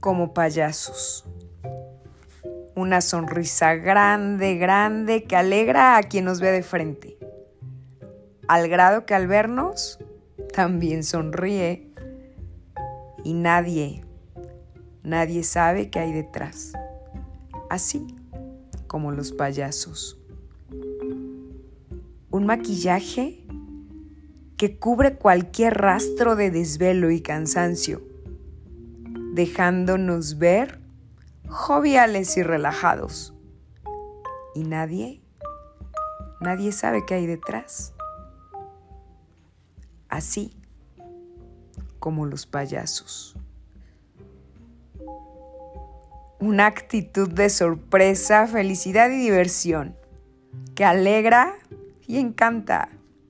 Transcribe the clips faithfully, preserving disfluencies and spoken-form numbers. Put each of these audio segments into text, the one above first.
como payasos. Una sonrisa grande, grande que alegra a quien nos ve de frente, al grado que al vernos también sonríe y nadie, nadie sabe qué hay detrás, así como los payasos. Un maquillaje que cubre cualquier rastro de desvelo y cansancio, dejándonos ver joviales y relajados. Y nadie, nadie sabe qué hay detrás. Así como los payasos. Una actitud de sorpresa, felicidad y diversión que alegra y encanta.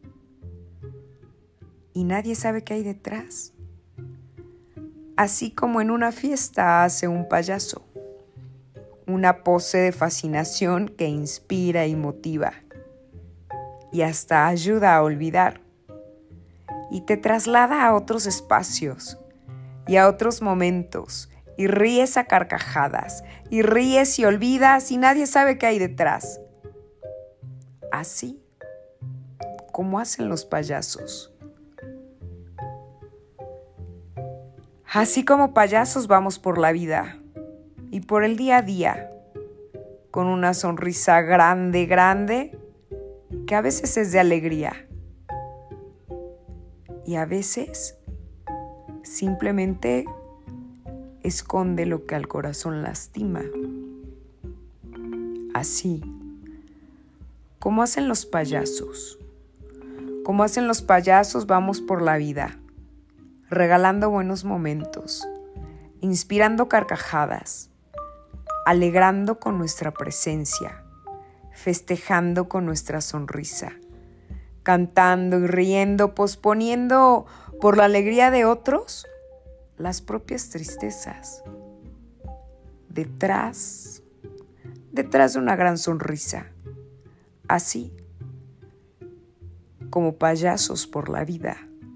Y nadie sabe qué hay detrás. Así como en una fiesta hace un payaso. Una pose de fascinación que inspira y motiva. Y hasta ayuda a olvidar. Y te traslada a otros espacios y a otros momentos. Y ríes a carcajadas. Y ríes y olvidas y nadie sabe qué hay detrás. Así como hacen los payasos. Así como payasos vamos por la vida y por el día a día, con una sonrisa grande, grande, que a veces es de alegría y a veces simplemente esconde lo que al corazón lastima. Así como hacen los payasos, como hacen los payasos vamos por la vida, regalando buenos momentos, inspirando carcajadas, alegrando con nuestra presencia, festejando con nuestra sonrisa, cantando y riendo, posponiendo por la alegría de otros las propias tristezas. Detrás, detrás de una gran sonrisa, así como payasos por la vida.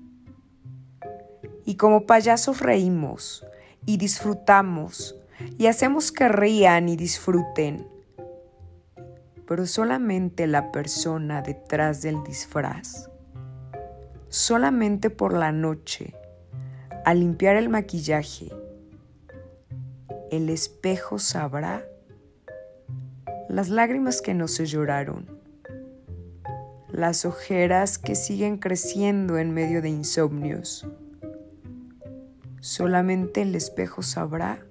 Y como payasos reímos y disfrutamos y hacemos que rían y disfruten. Pero solamente la persona detrás del disfraz, solamente por la noche, al limpiar el maquillaje, el espejo sabrá las lágrimas que no se lloraron, las ojeras que siguen creciendo en medio de insomnios. Solamente el espejo sabrá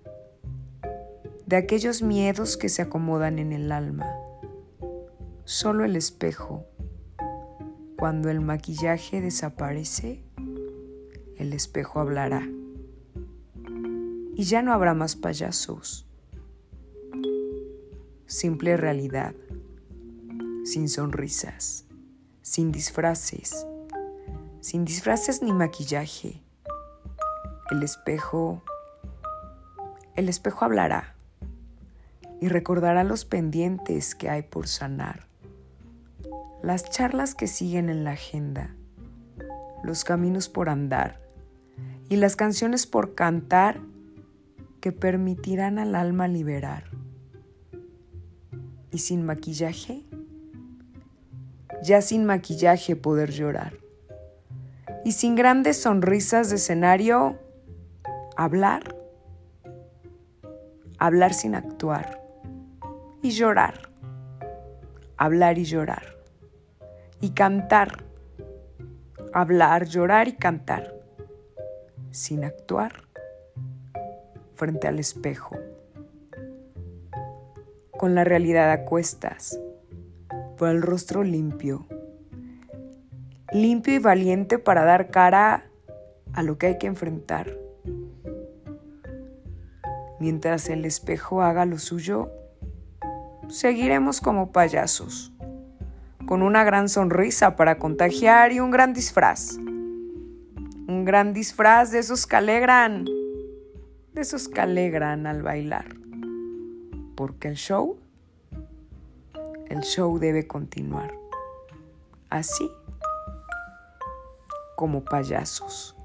de aquellos miedos que se acomodan en el alma. Solo el espejo. Cuando el maquillaje desaparece, el espejo hablará. Y ya no habrá más payasos. Simple realidad, sin sonrisas, sin disfraces, sin disfraces ni maquillaje. El espejo, el espejo hablará y recordará los pendientes que hay por sanar, las charlas que siguen en la agenda, los caminos por andar y las canciones por cantar que permitirán al alma liberar. Y sin maquillaje, ya sin maquillaje poder llorar. Y sin grandes sonrisas de escenario, hablar, hablar sin actuar y llorar, hablar y llorar y cantar, hablar, llorar y cantar, sin actuar, frente al espejo, con la realidad a cuestas, por el rostro limpio, limpio y valiente para dar cara a lo que hay que enfrentar. Mientras el espejo haga lo suyo, seguiremos como payasos, con una gran sonrisa para contagiar y un gran disfraz. Un gran disfraz de esos que alegran, de esos que alegran al bailar. Porque el show, el show debe continuar. Así como payasos.